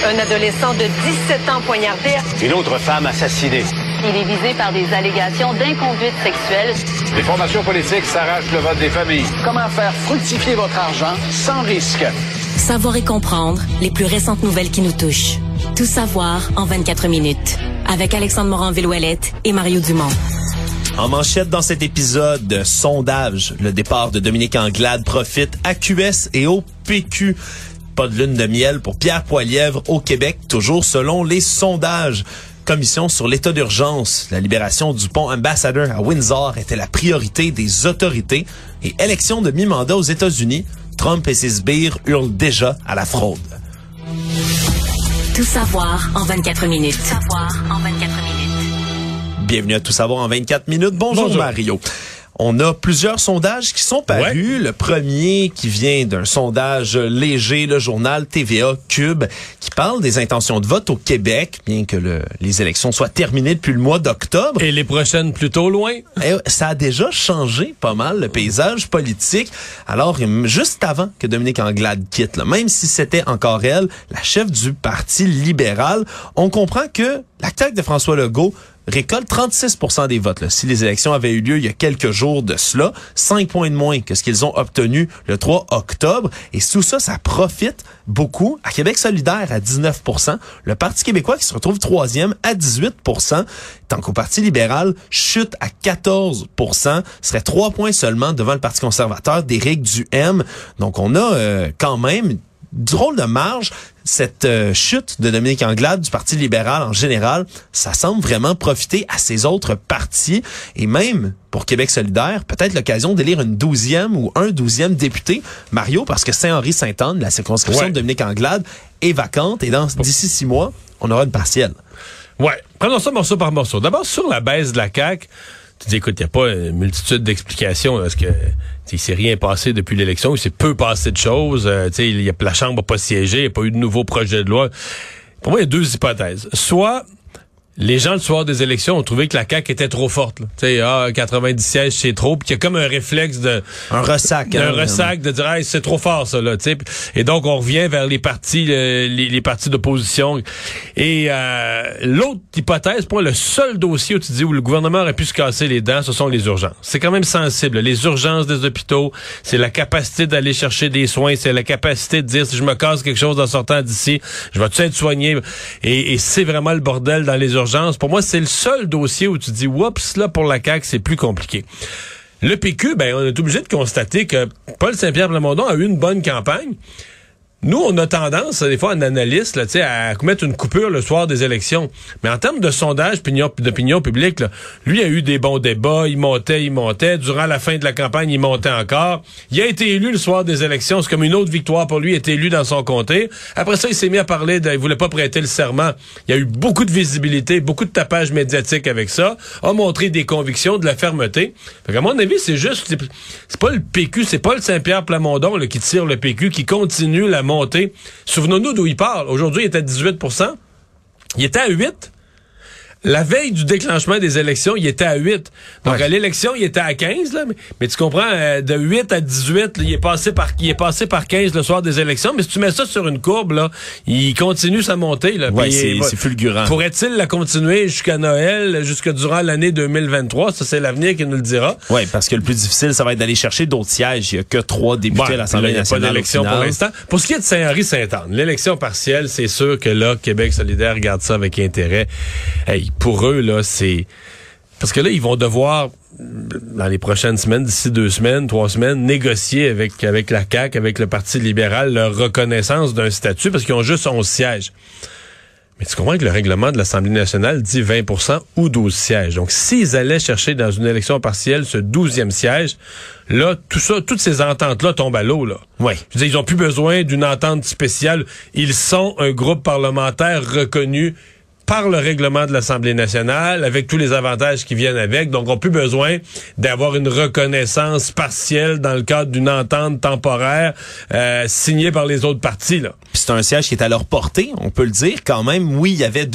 Un adolescent de 17 ans poignardé. Une autre femme assassinée. Il est visé par des allégations d'inconduite sexuelle. Les formations politiques s'arrachent le vote des familles. Comment faire fructifier votre argent sans risque? Savoir et comprendre les plus récentes nouvelles qui nous touchent. Tout savoir en 24 minutes. Avec Alexandre Morin-Villouellette et Mario Dumont. En manchette dans cet épisode, sondage. Le départ de Dominique Anglade profite à QS et au PQ. Pas de lune de miel pour Pierre Poilievre au Québec, toujours selon les sondages. Commission sur l'état d'urgence. La libération du pont Ambassador à Windsor était la priorité des autorités. Et élection de mi-mandat aux États-Unis, Trump et ses sbires hurlent déjà à la fraude. Tout savoir en 24 minutes. Bienvenue à Tout savoir en 24 minutes. Bonjour. Mario. On a plusieurs sondages qui sont parus. Ouais. Le premier qui vient d'un sondage léger, le journal TVA Cube, qui parle des intentions de vote au Québec, bien que les élections soient terminées depuis le mois d'octobre. Et les prochaines plutôt loin. Et ça a déjà changé pas mal le paysage politique. Alors, juste avant que Dominique Anglade quitte, là, même si c'était encore elle, la chef du Parti libéral, on comprend que la CAQ de François Legault récolte 36% des votes. Là. Si les élections avaient eu lieu il y a quelques jours de cela, 5 points de moins que ce qu'ils ont obtenu le 3 octobre. Et tout ça, ça profite beaucoup à Québec solidaire à 19%. Le Parti québécois qui se retrouve troisième à 18%. Tant qu'au Parti libéral chute à 14%. Serait 3 points seulement devant le Parti conservateur d'Éric Duhaime. Donc on a quand même drôle de marge. Cette chute de Dominique Anglade du Parti libéral en général, ça semble vraiment profiter à ses autres partis et même pour Québec solidaire, peut-être l'occasion d'élire une 12e ou un 12e député, Mario, parce que Saint-Henri-Sainte-Anne, la circonscription de Dominique Anglade, est vacante et d'ici 6 mois, on aura une partielle. Ouais, prenons ça morceau par morceau. D'abord, sur la baisse de la CAQ, tu dis, écoute, il n'y a pas une multitude d'explications, parce que il s'est rien passé depuis l'élection, il s'est peu passé de choses, la Chambre n'a pas siégé, il n'y a pas eu de nouveau projet de loi. Pour moi, il y a deux hypothèses. Soit les gens, le soir des élections, ont trouvé que la CAQ était trop forte. 90 sièges, c'est trop. Puis il y a comme un réflexe un ressac de dire, hey, c'est trop fort, ça, là. T'sais. Et donc, on revient vers les partis, les partis d'opposition. Et l'autre hypothèse, pour moi, le seul dossier où tu dis où le gouvernement aurait pu se casser les dents, ce sont les urgences. C'est quand même sensible. Les urgences des hôpitaux, c'est la capacité d'aller chercher des soins, c'est la capacité de dire, si je me casse quelque chose en sortant d'ici, je vais-tu être soigné? Et c'est vraiment le bordel dans les urgences. Pour moi, c'est le seul dossier où tu dis, oups, là, pour la CAQ, c'est plus compliqué. Le PQ, on est obligé de constater que Paul Saint-Pierre Plamondon a eu une bonne campagne. Nous, on a tendance, des fois, en analyste, là, à mettre une coupure le soir des élections. Mais en termes de sondage d'opinion publique, là, lui a eu des bons débats, il montait. Durant la fin de la campagne, il montait encore. Il a été élu le soir des élections. C'est comme une autre victoire pour lui. Il a été élu dans son comté. Après ça, il s'est mis à parler il voulait pas prêter le serment. Il y a eu beaucoup de visibilité, beaucoup de tapage médiatique avec ça. A montré des convictions, de la fermeté. Fait qu'à mon avis, c'est pas le PQ, c'est pas le Saint-Pierre Plamondon là, qui tire le PQ, qui continue la montée. Souvenons-nous d'où il parle. Aujourd'hui, il était à 18%. Il était à 8%. La veille du déclenchement des élections, il était à 8. Donc, à l'élection, il était à 15, là. Mais tu comprends, de 8 à 18, là, il est passé par 15 le soir des élections. Mais si tu mets ça sur une courbe, là, il continue sa montée, là. Ouais, c'est fulgurant. Pourrait-il la continuer jusqu'à Noël, jusque durant l'année 2023? Ça, c'est l'avenir qui nous le dira. Oui, parce que le plus difficile, ça va être d'aller chercher d'autres sièges. Il n'y a que 3 députés à l'Assemblée nationale. Il n'y a pas d'élection pour l'instant. Pour ce qui est de Saint-Henri-Sainte-Anne, l'élection partielle, c'est sûr que là, Québec solidaire regarde ça avec intérêt. Hey, pour eux, là, c'est... Parce que là, ils vont devoir, dans les prochaines semaines, d'ici 2 semaines, 3 semaines, négocier avec la CAQ, avec le Parti libéral, leur reconnaissance d'un statut, parce qu'ils ont juste 11 sièges. Mais tu comprends que le règlement de l'Assemblée nationale dit 20% ou 12 sièges. Donc, s'ils allaient chercher dans une élection partielle ce 12e siège, là, tout ça, toutes ces ententes-là tombent à l'eau, là. Oui. Je veux dire, ils ont plus besoin d'une entente spéciale. Ils sont un groupe parlementaire reconnu par le règlement de l'Assemblée nationale, avec tous les avantages qui viennent avec. Donc, on n'a plus besoin d'avoir une reconnaissance partielle dans le cadre d'une entente temporaire signée par les autres partis, là. Puis c'est un siège qui est à leur portée, on peut le dire quand même. Oui, il y avait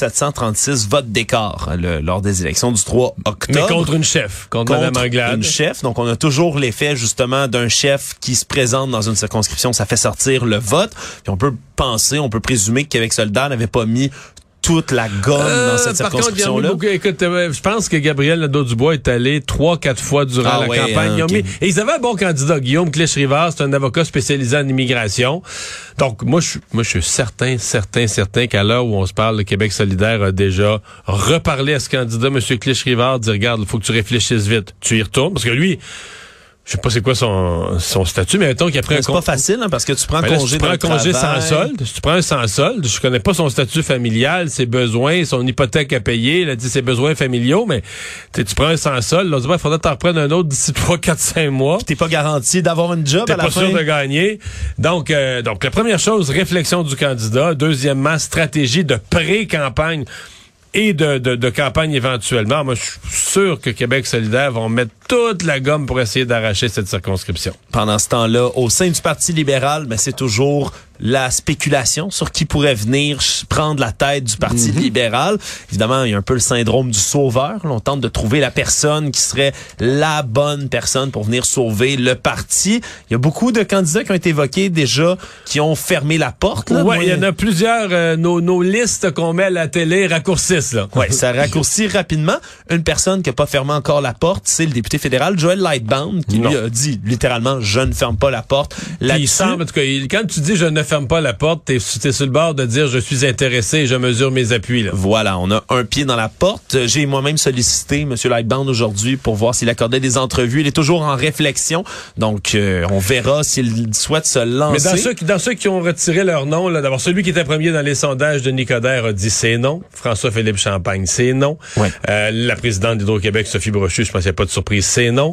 2736 votes d'écart lors des élections du 3 octobre. Mais contre une chef, contre Mme Anglade. Une chef. Donc, on a toujours l'effet, justement, d'un chef qui se présente dans une circonscription. Ça fait sortir le vote. Puis on peut présumer que Québec solidaire n'avait pas mis toute la gomme dans cette circonscription-là. Écoute, je pense que Gabriel Nadeau-Dubois est allé 3-4 fois durant la campagne. Okay. Et ils avaient un bon candidat, Guillaume Clich-Rivard, c'est un avocat spécialisé en immigration. Donc, moi, je suis certain qu'à l'heure où on se parle, le Québec solidaire a déjà reparlé à ce candidat, M. Clich-Rivard, dit, regarde, il faut que tu réfléchisses vite. Tu y retournes, parce que lui, je sais pas c'est quoi son statut, mais mettons qu'il a pris c'est pas facile, hein, parce que tu prends congé sans solde. Si tu prends un sans solde, je connais pas son statut familial, ses besoins, son hypothèque à payer, il a dit ses besoins familiaux, mais tu prends un sans solde, là, il faudrait t'en reprendre un autre d'ici 3, 4, 5 mois. T'es pas garanti d'avoir une job à la fin. T'es pas sûr de gagner. Donc, la première chose, réflexion du candidat. Deuxièmement, stratégie de pré-campagne et de campagne éventuellement. Moi, je suis sûr que Québec solidaire vont mettre toute la gomme pour essayer d'arracher cette circonscription. Pendant ce temps-là, au sein du Parti libéral, c'est toujours la spéculation sur qui pourrait venir prendre la tête du Parti libéral. Évidemment, il y a un peu le syndrome du sauveur. Là, on tente de trouver la personne qui serait la bonne personne pour venir sauver le parti. Il y a beaucoup de candidats qui ont été évoqués déjà, qui ont fermé la porte. Oui, il y en a plusieurs. Nos listes qu'on met à la télé raccourcissent. Oui, ça raccourcit rapidement. Une personne qui n'a pas fermé encore la porte, c'est le député fédéral Joël Lightbound, qui lui a dit littéralement « je ne ferme pas la porte ». Il semble, en tout cas, quand tu dis « je ne ferme pas la porte », t'es sur le bord de dire « je suis intéressé et je mesure mes appuis ». Là. Voilà, on a un pied dans la porte. J'ai moi-même sollicité M. Lightbound aujourd'hui pour voir s'il accordait des entrevues. Il est toujours en réflexion, donc on verra s'il souhaite se lancer. Mais dans ceux qui ont retiré leur nom, là, d'abord celui qui était premier dans les sondages de Nicodère a dit c'est non. François-Philippe Champagne, c'est non. Ouais. La présidente d'Hydro-Québec, Sophie Brochu, je pense qu'il n'y a pas de surprise, c'est non.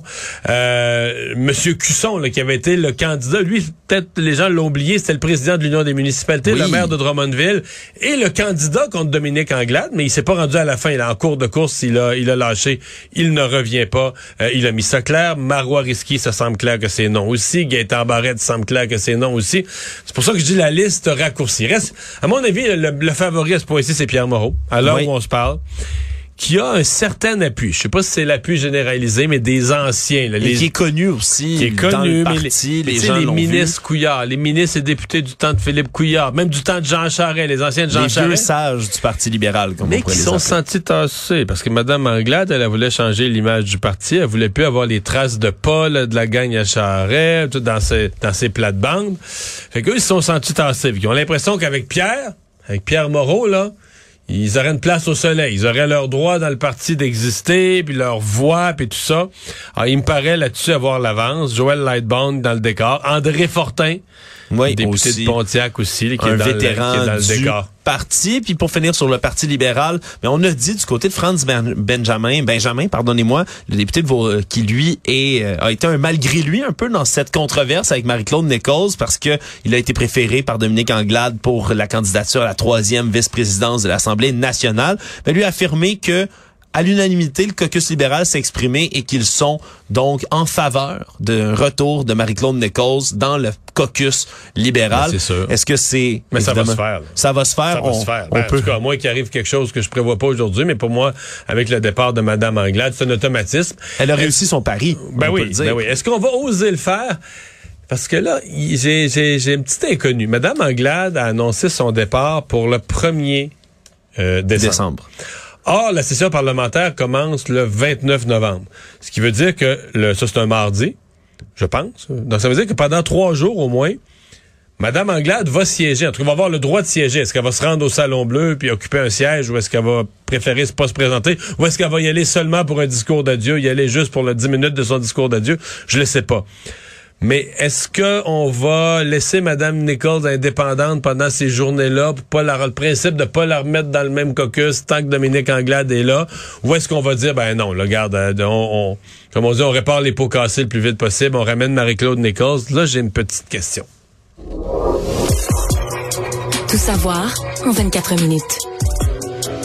Monsieur Cusson, là, qui avait été le candidat, lui, peut-être les gens l'ont oublié, c'était le président de l'Union des municipalités, le maire de Drummondville, et le candidat contre Dominique Anglade, mais il s'est pas rendu à la fin. Il est en cours de course, il a lâché. Il ne revient pas. Il a mis ça clair. Marois Risky, ça semble clair que c'est non aussi. Gaëtan Barrette, ça semble clair que c'est non aussi. C'est pour ça que je dis la liste raccourcie. Reste, à mon avis, le favori à ce point-ci, c'est Pierre Moreau, à l'heure où on se parle, qui a un certain appui. Je sais pas si c'est l'appui généralisé, mais des anciens. Là, qui est connu aussi. Qui est connu, dans le parti, les gens l'ont vu. Les ministres Couillard, les ministres et députés du temps de Philippe Couillard, même du temps de Jean Charest, les anciens de Jean Charest. Les vieux sages du Parti libéral, comme on pourrait les appeler. Mais qui sont sentis tassés, parce que Mme Anglade, elle voulait changer l'image du parti, elle voulait plus avoir les traces de pas là, de la gang à Charest, tout dans ses plates-bandes. Fait qu'eux, ils se sont sentis tassés. Ils ont l'impression qu'avec Pierre Moreau, là, ils auraient une place au soleil. Ils auraient leur droit dans le parti d'exister, puis leur voix, puis tout ça. Alors, il me paraît là-dessus avoir l'avance. Joël Lightbound dans le décor. André Fortin, député aussi, de Pontiac aussi, qui est dans le décor. Parti, puis pour finir sur le Parti libéral, mais on a dit du côté de Franz Benjamin, le député qui lui a été un malgré lui un peu dans cette controverse avec Marie-Claude Nichols parce que il a été préféré par Dominique Anglade pour la candidature à la 3e vice-présidence de l'Assemblée nationale. Mais lui a affirmé que à l'unanimité, le caucus libéral s'est exprimé et qu'ils sont donc en faveur d'un retour de Marie-Claude Nichols dans le caucus libéral. C'est sûr. Est-ce que c'est... Mais ça va se faire. Ça va se faire. En tout cas, à moins qu'il arrive quelque chose que je prévois pas aujourd'hui, mais pour moi, avec le départ de Mme Anglade, c'est un automatisme. Elle a réussi son pari. Ben oui. Est-ce qu'on va oser le faire? Parce que là, j'ai une petite inconnue. Mme Anglade a annoncé son départ pour le 1er décembre. Or, la session parlementaire commence le 29 novembre. Ce qui veut dire que, ça c'est un mardi, je pense. Donc, ça veut dire que pendant 3 jours au moins, Mme Anglade va siéger. En tout cas, elle va avoir le droit de siéger. Est-ce qu'elle va se rendre au Salon Bleu puis occuper un siège ou est-ce qu'elle va préférer pas se présenter ou est-ce qu'elle va y aller seulement pour un discours d'adieu, y aller juste pour le 10 minutes de son discours d'adieu? Je le sais pas. Mais est-ce qu'on va laisser Mme Nichols indépendante pendant ces journées-là pour pas le principe de pas la remettre dans le même caucus tant que Dominique Anglade est là? Ou est-ce qu'on va dire, ben non, là, regarde, comme on dit, on répare les pots cassés le plus vite possible, on ramène Marie-Claude Nichols? Là, j'ai une petite question. Tout savoir en 24 minutes.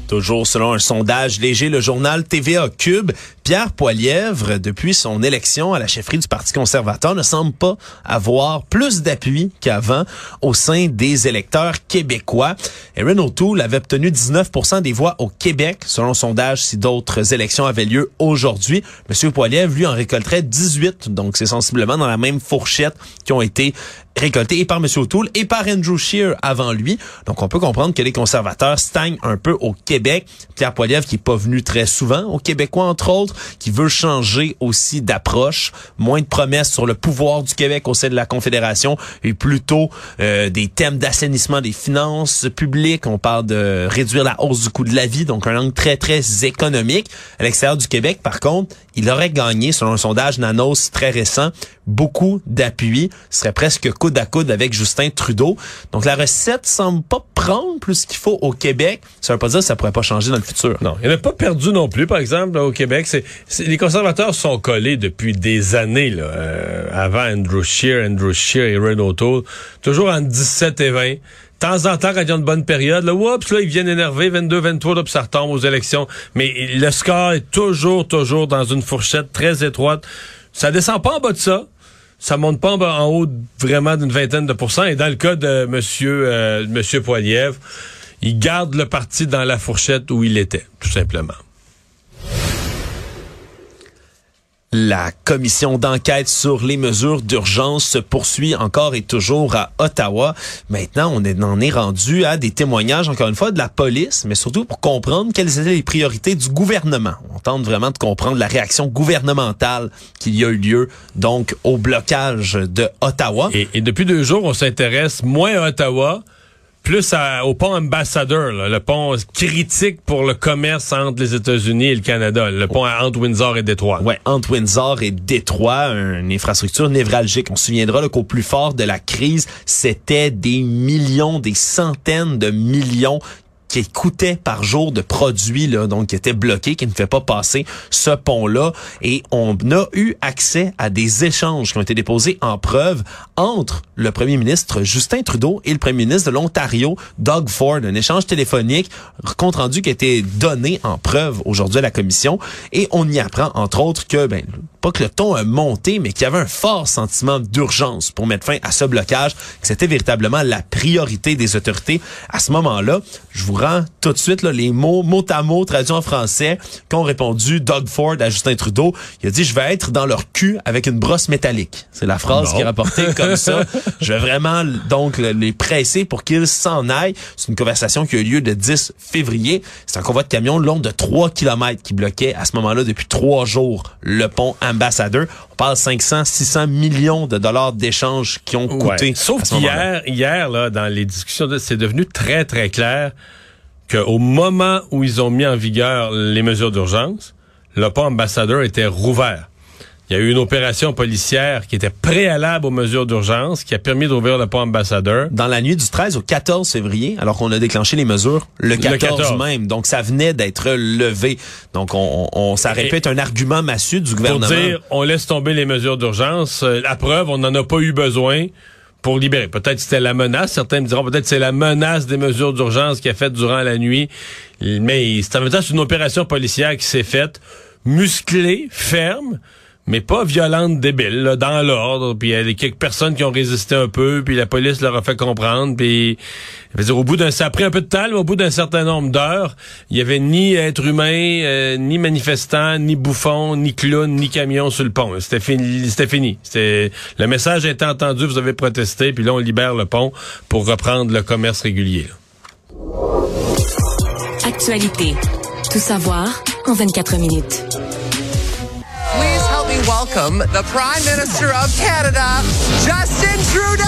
Toujours selon un sondage léger, le journal TVA Cube, Pierre Poilievre, depuis son élection à la chefferie du Parti conservateur, ne semble pas avoir plus d'appui qu'avant au sein des électeurs québécois. Erin O'Toole avait obtenu 19% des voix au Québec, selon le sondage, si d'autres élections avaient lieu aujourd'hui. Monsieur Poilievre, lui, en récolterait 18, donc c'est sensiblement dans la même fourchette qui ont été récoltés et par M. O'Toole et par Andrew Scheer avant lui. Donc, on peut comprendre que les conservateurs stagnent un peu au Québec. Pierre Poilievre, qui est pas venu très souvent aux Québécois, entre autres, qui veut changer aussi d'approche, moins de promesses sur le pouvoir du Québec au sein de la Confédération et plutôt des thèmes d'assainissement des finances publiques. On parle de réduire la hausse du coût de la vie, donc un angle très, très économique. À l'extérieur du Québec, par contre, il aurait gagné, selon un sondage Nanos très récent, beaucoup d'appui. Ce serait presque coude à coude avec Justin Trudeau. Donc, la recette semble pas prendre plus qu'il faut au Québec. Ça veut pas dire que ça pourrait pas changer dans le futur. Non, il n'a pas perdu non plus, par exemple, là, au Québec. Les conservateurs sont collés depuis des années, là, avant Andrew Scheer et Erin O'Toole, toujours entre 17 et 20. De temps en temps, quand il y a une bonne période, là, oups, là, ils viennent énerver, 22, 23, là, puis ça retombe aux élections. Mais le score est toujours dans une fourchette très étroite. Ça descend pas en bas de ça. Ça monte pas en haut vraiment d'une vingtaine de pourcents. Et dans le cas de monsieur Poilievre, il garde le parti dans la fourchette où il était, tout simplement. La commission d'enquête sur les mesures d'urgence se poursuit encore et toujours à Ottawa. Maintenant, on en est rendu à des témoignages, encore une fois, de la police, mais surtout pour comprendre quelles étaient les priorités du gouvernement. On tente vraiment de comprendre la réaction gouvernementale qu'il y a eu lieu, donc, au blocage de Ottawa. Et depuis 2 jours, on s'intéresse moins à Ottawa, plus au pont Ambassador, là, le pont critique pour le commerce entre les États-Unis et le Canada, le pont entre Windsor et Détroit. Ouais, entre Windsor et Détroit, une infrastructure névralgique. On se souviendra là, qu'au plus fort de la crise, c'était des millions, des centaines de millions qui coûtait par jour de produits, là, donc qui étaient bloqués, qui ne fait pas passer ce pont-là. Et on a eu accès à des échanges qui ont été déposés en preuve entre le premier ministre Justin Trudeau et le premier ministre de l'Ontario, Doug Ford. Un échange téléphonique, compte rendu qui a été donné en preuve aujourd'hui à la commission. Et on y apprend, entre autres, que, pas que le ton a monté, mais qu'il y avait un fort sentiment d'urgence pour mettre fin à ce blocage, que c'était véritablement la priorité des autorités à ce moment-là. Je vous rends tout de suite là, les mots, mot à mot, traduits en français, qu'ont répondu Doug Ford à Justin Trudeau. Il a dit « Je vais être dans leur cul avec une brosse métallique ». C'est la phrase qui est rapportée comme ça. Je vais vraiment donc les presser pour qu'ils s'en aillent. C'est une conversation qui a eu lieu le 10 février. C'est un convoi de camions long de 3 kilomètres qui bloquait à ce moment-là depuis 3 jours le pont Ambassador. On parle 500-600 millions de dollars d'échanges qui ont coûté. Sauf qu'hier, là, dans les discussions, c'est devenu très, très clair qu'au moment où ils ont mis en vigueur les mesures d'urgence, le pont Ambassador était rouvert. Il y a eu une opération policière qui était préalable aux mesures d'urgence, qui a permis d'ouvrir le pont Ambassador. Dans la nuit du 13 au 14 février, alors qu'on a déclenché les mesures le 14 même. Donc, ça venait d'être levé. Donc, ça aurait pu être un argument massue du gouvernement. Pour dire, on laisse tomber les mesures d'urgence. La preuve, on n'en a pas eu besoin pour libérer. Peut-être que c'était la menace. Certains me diront peut-être que c'est la menace des mesures d'urgence qui a fait durant la nuit. Mais c'est en même temps, c'est une opération policière qui s'est faite musclée, ferme, mais pas violente, débile, là, dans l'ordre. Puis il y a quelques personnes qui ont résisté un peu, puis la police leur a fait comprendre. Puis, ça a pris un peu de temps, mais au bout d'un certain nombre d'heures, il y avait ni être humain, ni manifestant, ni bouffon, ni clown, ni camion sur le pont. C'était fini. Le message a été entendu, vous avez protesté, puis là on libère le pont pour reprendre le commerce régulier. Là. Actualité. Tout savoir en 24 minutes. Please help me welcome the Prime Minister of Canada, Justin Trudeau!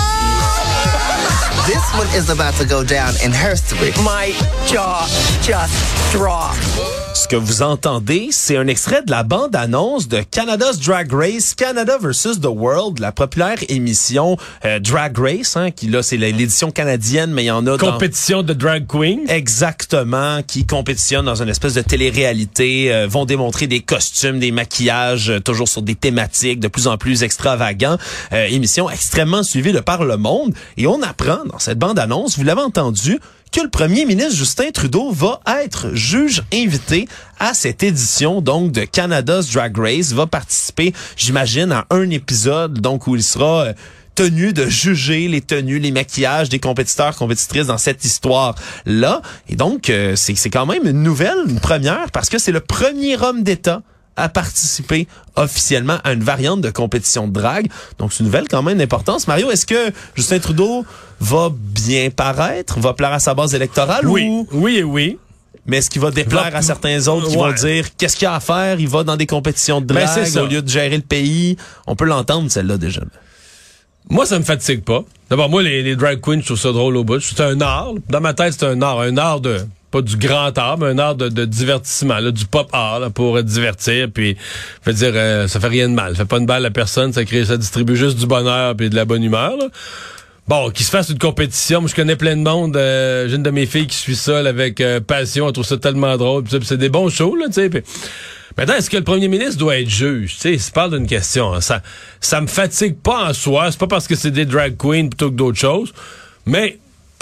This one is about to go down in history. My jaw just dropped. Ce que vous entendez, c'est un extrait de la bande-annonce de Canada's Drag Race, Canada vs. The World, la populaire émission Drag Race, qui là, c'est l'édition canadienne, mais il y en a compétition de drag queen. Exactement, qui compétitionnent dans une espèce de télé-réalité, vont démontrer des costumes, des maquillages, toujours sur des thématiques de plus en plus extravagants. Émission extrêmement suivie de par le monde. Et on apprend dans cette bande-annonce, vous l'avez entendu, que le premier ministre Justin Trudeau va être juge invité à cette édition donc de Canada's Drag Race, va participer, j'imagine, à un épisode donc où il sera tenu de juger les tenues, les maquillages des compétiteurs, compétitrices dans cette histoire-là. Et donc, c'est quand même une nouvelle, une première, parce que c'est le premier homme d'État à participer officiellement à une variante de compétition de drague. Donc, c'est une nouvelle quand même d'importance. Mario, est-ce que Justin Trudeau va bien paraître, va plaire à sa base électorale? Oui, ou... oui et oui. Mais est-ce qu'il va déplaire à certains autres qui vont dire qu'est-ce qu'il y a à faire? Il va dans des compétitions de drague au lieu de gérer le pays. On peut l'entendre, celle-là, déjà. Moi, ça me fatigue pas. D'abord, moi, les drag queens, je trouve ça drôle au bout. C'est un art. Dans ma tête, c'est un art de... pas du grand art, mais un art de divertissement, là, du pop art, là, pour divertir, puis ça fait rien de mal. Ça fait pas de mal à personne, ça distribue juste du bonheur puis de la bonne humeur, là. Bon, qu'il se fasse une compétition, moi je connais plein de monde, j'ai une de mes filles qui suit ça là, avec passion, elle trouve ça tellement drôle, pis c'est des bons shows, là, tu sais. Maintenant, est-ce que le premier ministre doit être juge? Tu sais, il parle d'une question. Hein. Ça me fatigue pas en soi, c'est pas parce que c'est des drag queens plutôt que d'autres choses, mais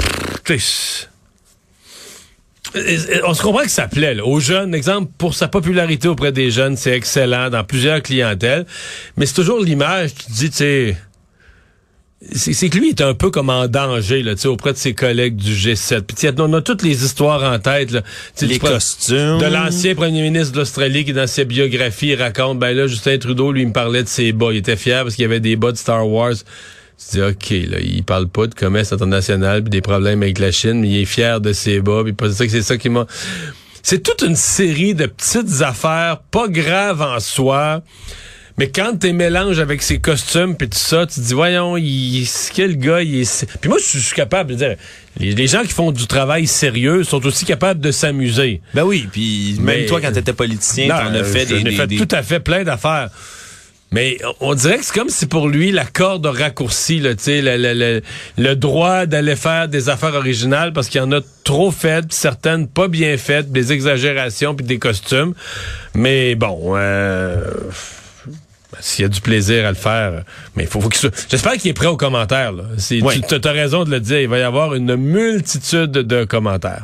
on se comprend que ça plaît là, aux jeunes. Exemple, pour sa popularité auprès des jeunes, c'est excellent dans plusieurs clientèles. Mais c'est toujours l'image qui dit, tu sais, c'est que lui il est un peu comme en danger là, tu sais, auprès de ses collègues du G7. Puis on a toutes les histoires en tête là, les costumes de l'ancien premier ministre d'Australie qui dans ses biographies il raconte, ben là Justin Trudeau lui il me parlait de ses bas, il était fier parce qu'il y avait des bas de Star Wars. Tu dis, OK, là, il parle pas de commerce international pis des problèmes avec la Chine, mais il est fier de ses bas, pis c'est ça qui m'a... C'est toute une série de petites affaires, pas graves en soi, mais quand t'es mélange avec ses costumes pis tout ça, tu te dis, voyons, quel gars, il est... Puis moi, je suis capable de dire, les gens qui font du travail sérieux sont aussi capables de s'amuser. Ben oui, puis même toi, quand t'étais politicien, t'en as fait des... tout à fait plein d'affaires. Mais on dirait que c'est comme si pour lui, la corde a raccourci, là, tu sais, le droit d'aller faire des affaires originales parce qu'il y en a trop faites, pis certaines pas bien faites, des exagérations puis des costumes. Mais bon, s'il y a du plaisir à le faire, mais faut qu'il soit... J'espère qu'il est prêt aux commentaires, là. Oui. Tu as raison de le dire, il va y avoir une multitude de commentaires.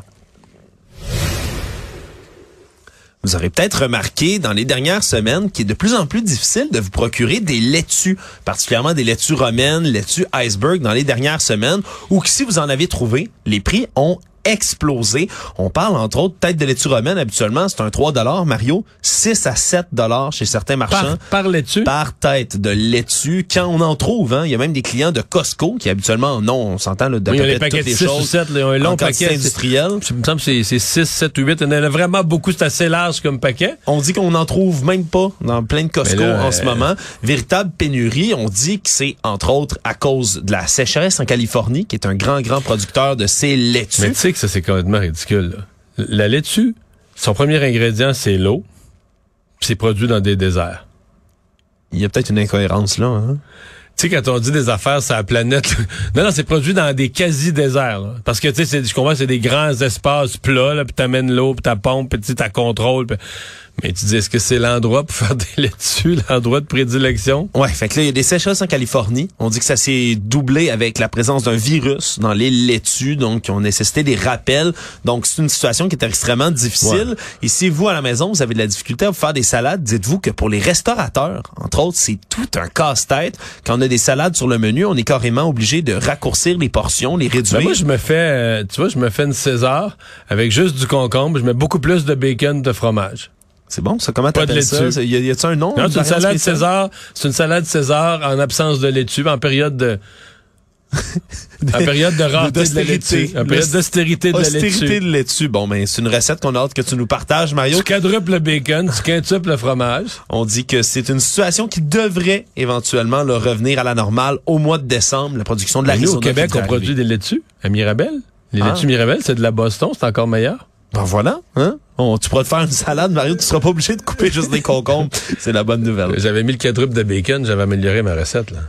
Vous aurez peut-être remarqué dans les dernières semaines qu'il est de plus en plus difficile de vous procurer des laitues, particulièrement des laitues romaines, laitues iceberg dans les dernières semaines, ou que si vous en avez trouvé, les prix ont explosé. On parle entre autres tête de laitue romaine, habituellement c'est un 3$, Mario, 6 à 7$ chez certains marchands. Par laitue? Par tête de laitue. Quand on en trouve, hein, il y a même des clients de Costco qui habituellement, non, on s'entend là, de oui, les paquets de 6 ou 7, là, un long paquet industriel. Il me semble que c'est 6, 7 ou 8. Il y en a vraiment beaucoup, c'est assez large comme paquet. On dit qu'on n'en trouve même pas dans plein de Costco en ce moment. Véritable pénurie. On dit que c'est entre autres à cause de la sécheresse en Californie, qui est un grand producteur de ces laitues. Mais tu sais que ça, c'est complètement ridicule, là. La laitue, son premier ingrédient, c'est l'eau. Puis c'est produit dans des déserts. Il y a peut-être une incohérence là, hein? Tu sais, quand on dit des affaires sur la planète, non, c'est produit dans des quasi-déserts, là. Parce que, tu sais, je comprends, c'est des grands espaces plats, là, puis t'amènes l'eau, puis ta pompe, puis tu contrôles. Mais tu dis, est-ce que c'est l'endroit pour faire des laitues, l'endroit de prédilection? Ouais, fait que là, il y a des sécheresses en Californie. On dit que ça s'est doublé avec la présence d'un virus dans les laitues, donc qui ont nécessité des rappels. Donc, c'est une situation qui est extrêmement difficile. Ouais. Et si vous, à la maison, vous avez de la difficulté à vous faire des salades, dites-vous que pour les restaurateurs, entre autres, c'est tout un casse-tête. Quand on a des salades sur le menu, on est carrément obligé de raccourcir les portions, les réduire. Ben moi, je me fais une César avec juste du concombre. Je mets beaucoup plus de bacon, de fromage. C'est bon, ça? Comment t'appelles ça? Y a-t-il un nom? Non, c'est une salade César. C'est une salade César en absence de laitue, en période de... en période de rareté de la laitue. En période d'austérité de la laitue. Austérité de laitue. Bon, ben, c'est une recette qu'on a hâte que tu nous partages, Mario. Tu quadruples le bacon, tu quintuples le fromage. On dit que c'est une situation qui devrait éventuellement revenir à la normale au mois de décembre. La production de l'Arizona. Nous, au Québec, on produit des laitues à Mirabel. Les laitues Mirabel, c'est de la Boston, c'est encore meilleur. Ben voilà, hein? Tu pourras te faire une salade, Mario, tu seras pas obligé de couper juste des concombres. C'est la bonne nouvelle. J'avais mis le quadruple de bacon, j'avais amélioré ma recette, là.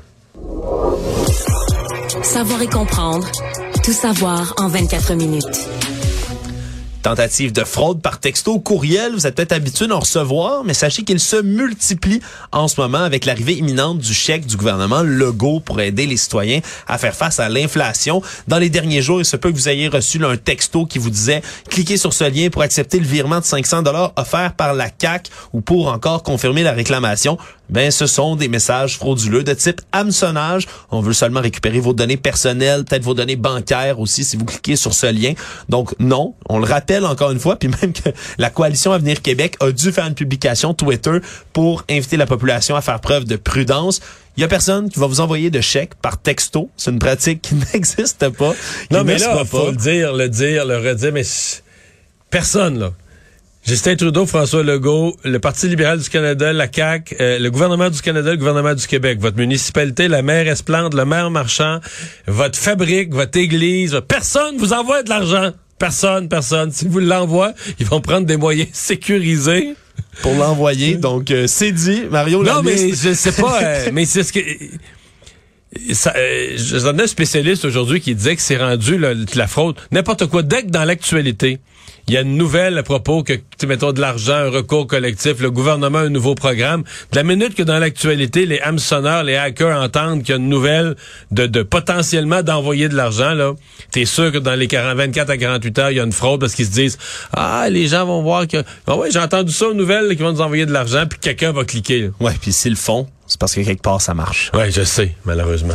Savoir et comprendre. Tout savoir en 24 minutes. Tentative de fraude par texto ou courriel, vous êtes peut-être habitué d'en recevoir, mais sachez qu'il se multiplie en ce moment avec l'arrivée imminente du chèque du gouvernement Legault pour aider les citoyens à faire face à l'inflation. Dans les derniers jours, il se peut que vous ayez reçu là, un texto qui vous disait « Cliquez sur ce lien pour accepter le virement de 500 $ offert par la CAQ ou pour encore confirmer la réclamation. » Ben, ce sont des messages frauduleux de type hameçonnage. On veut seulement récupérer vos données personnelles, peut-être vos données bancaires aussi si vous cliquez sur ce lien. Donc non, on le rappelle encore une fois, puis même que la Coalition Avenir Québec a dû faire une publication Twitter pour inviter la population à faire preuve de prudence. Il y a personne qui va vous envoyer de chèques par texto. C'est une pratique qui n'existe pas. Non, mais là, faut le redire, mais personne, là. Justin Trudeau, François Legault, le Parti libéral du Canada, la CAQ, le gouvernement du Canada, le gouvernement du Québec, votre municipalité, la maire Esplande, le maire Marchand, votre fabrique, votre église, personne vous envoie de l'argent. Personne. Si vous l'envoient, ils vont prendre des moyens sécurisés pour l'envoyer. Donc, c'est dit. Mario, non, mais je sais pas, mais c'est ce que... J'en ai un spécialiste aujourd'hui qui disait que c'est rendu la fraude. N'importe quoi. Dès que dans l'actualité, il y a une nouvelle à propos que, mettons, de l'argent, un recours collectif, le gouvernement a un nouveau programme. De la minute que dans l'actualité, les hameçonneurs, les hackers entendent qu'il y a une nouvelle de potentiellement d'envoyer de l'argent, là, t'es sûr que dans les 24 à 48 heures, il y a une fraude parce qu'ils se disent, les gens vont voir que, ouais, j'ai entendu ça aux nouvelles, qu'ils vont nous envoyer de l'argent, puis quelqu'un va cliquer, là. Ouais, puis s'ils le font, c'est parce que quelque part, ça marche. Ouais, je sais, malheureusement.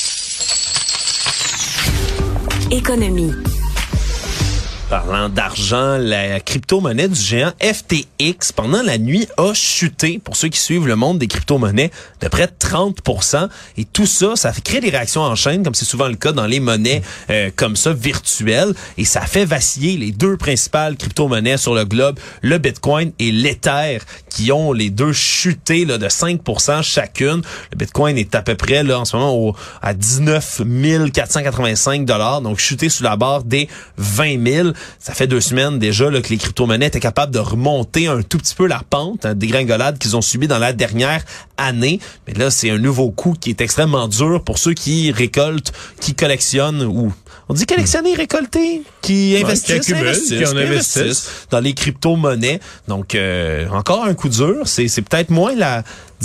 Économie. Parlant d'argent, la crypto-monnaie du géant FTX, pendant la nuit, a chuté, pour ceux qui suivent le monde des crypto-monnaies, de près de 30%. Et tout ça, ça crée des réactions en chaîne, comme c'est souvent le cas dans les monnaies comme ça, virtuelles. Et ça fait vaciller les deux principales crypto-monnaies sur le globe, le Bitcoin et l'Ether, qui ont les deux chuté là, de 5% chacune. Le Bitcoin est à peu près là en ce moment à 19 485 $, donc chuté sous la barre des 20 000. Ça fait 2 semaines déjà là, que les crypto-monnaies étaient capables de remonter un tout petit peu la pente, des dégringolades qu'ils ont subies dans la dernière année. Mais là, c'est un nouveau coup qui est extrêmement dur pour ceux qui récoltent, qui collectionnent ou... On dit collectionner, récolter, qui investissent, qui investissent dans les crypto-monnaies. Donc, encore un coup dur. C'est peut-être moins la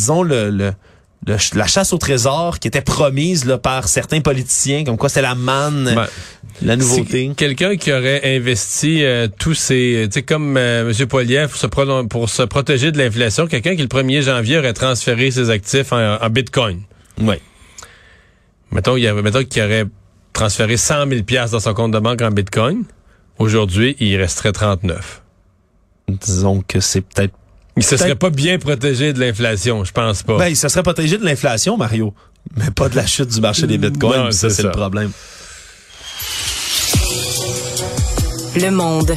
chasse au trésor qui était promise là, par certains politiciens, comme quoi c'est la manne, la nouveauté. Quelqu'un qui aurait investi tous ses... Tu sais, comme M. Poilievre, pour se protéger de l'inflation, quelqu'un qui le 1er janvier aurait transféré ses actifs en Bitcoin. Oui. Mettons qu'il aurait transféré 100 000 $ dans son compte de banque en Bitcoin. Aujourd'hui, il resterait 39. Disons que c'est peut-être... Il se serait pas bien protégé de l'inflation, je pense pas. Ben, il se serait protégé de l'inflation, Mario, mais pas de la chute du marché des bitcoins. Non, c'est le problème. Le Monde.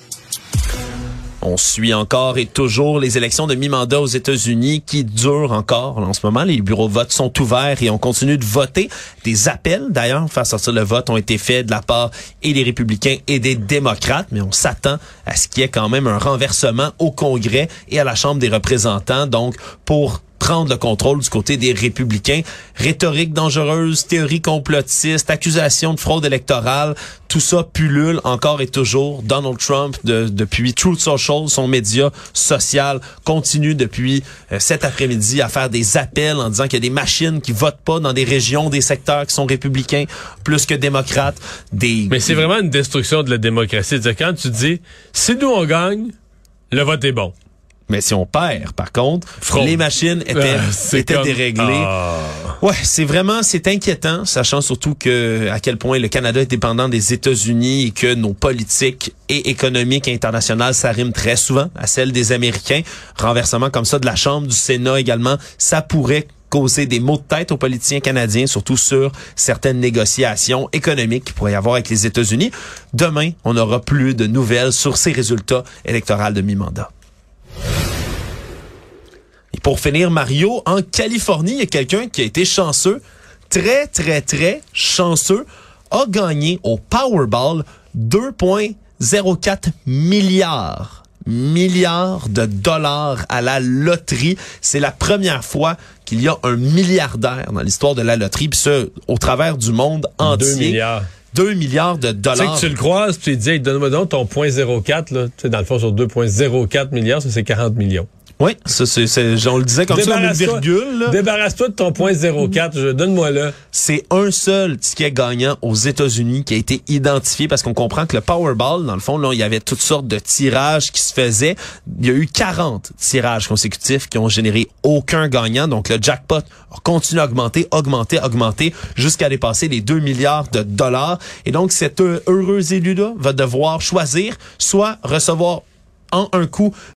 On suit encore et toujours les élections de mi-mandat aux États-Unis qui durent encore. En ce moment, les bureaux de vote sont ouverts et on continue de voter. Des appels, d'ailleurs, pour faire sortir le vote ont été faits de la part et des républicains et des démocrates, mais on s'attend à ce qu'il y ait quand même un renversement au Congrès et à la Chambre des représentants, donc pour prendre le contrôle du côté des républicains. Rhétorique dangereuse, théorie complotiste, accusation de fraude électorale, tout ça pullule encore et toujours. Donald Trump, depuis Truth Social, son média social, continue depuis cet après-midi à faire des appels en disant qu'il y a des machines qui votent pas dans des régions, des secteurs qui sont républicains plus que démocrates. Mais c'est vraiment une destruction de la démocratie. C'est-à-dire, quand tu dis, si nous on gagne, le vote est bon. Mais si on perd, par contre, les machines étaient déréglées. Ouais, c'est inquiétant, sachant surtout que à quel point le Canada est dépendant des États-Unis et que nos politiques et économiques et internationales s'arriment très souvent à celles des Américains. Renversement comme ça de la Chambre, du Sénat également, ça pourrait causer des maux de tête aux politiciens canadiens, surtout sur certaines négociations économiques qu'il pourrait y avoir avec les États-Unis. Demain, on n'aura plus de nouvelles sur ces résultats électoraux de mi-mandat. Et pour finir, Mario, en Californie, il y a quelqu'un qui a été chanceux, très, très, très chanceux, a gagné au Powerball 2,04 milliards de dollars à la loterie. C'est la première fois qu'il y a un milliardaire dans l'histoire de la loterie, puis ça, au travers du monde entier. 2 milliards. 2 milliards de dollars. Tu sais que tu le croises, tu lui dis, hey, donne-moi donc ton 0.04, là. Tu sais, dans le fond, sur 2,04 milliards, ça, c'est 40 millions. Oui, ça, on le disait comme ça, comme une virgule. Là. Débarrasse-toi de ton 0.04, donne-moi-le. C'est un seul ticket gagnant aux États-Unis qui a été identifié parce qu'on comprend que le Powerball, dans le fond, là, il y avait toutes sortes de tirages qui se faisaient. Il y a eu 40 tirages consécutifs qui ont généré aucun gagnant. Donc, le jackpot a continué à augmenter jusqu'à dépasser les 2 milliards de dollars. Et donc, cet heureux élu-là va devoir choisir soit recevoir en un coup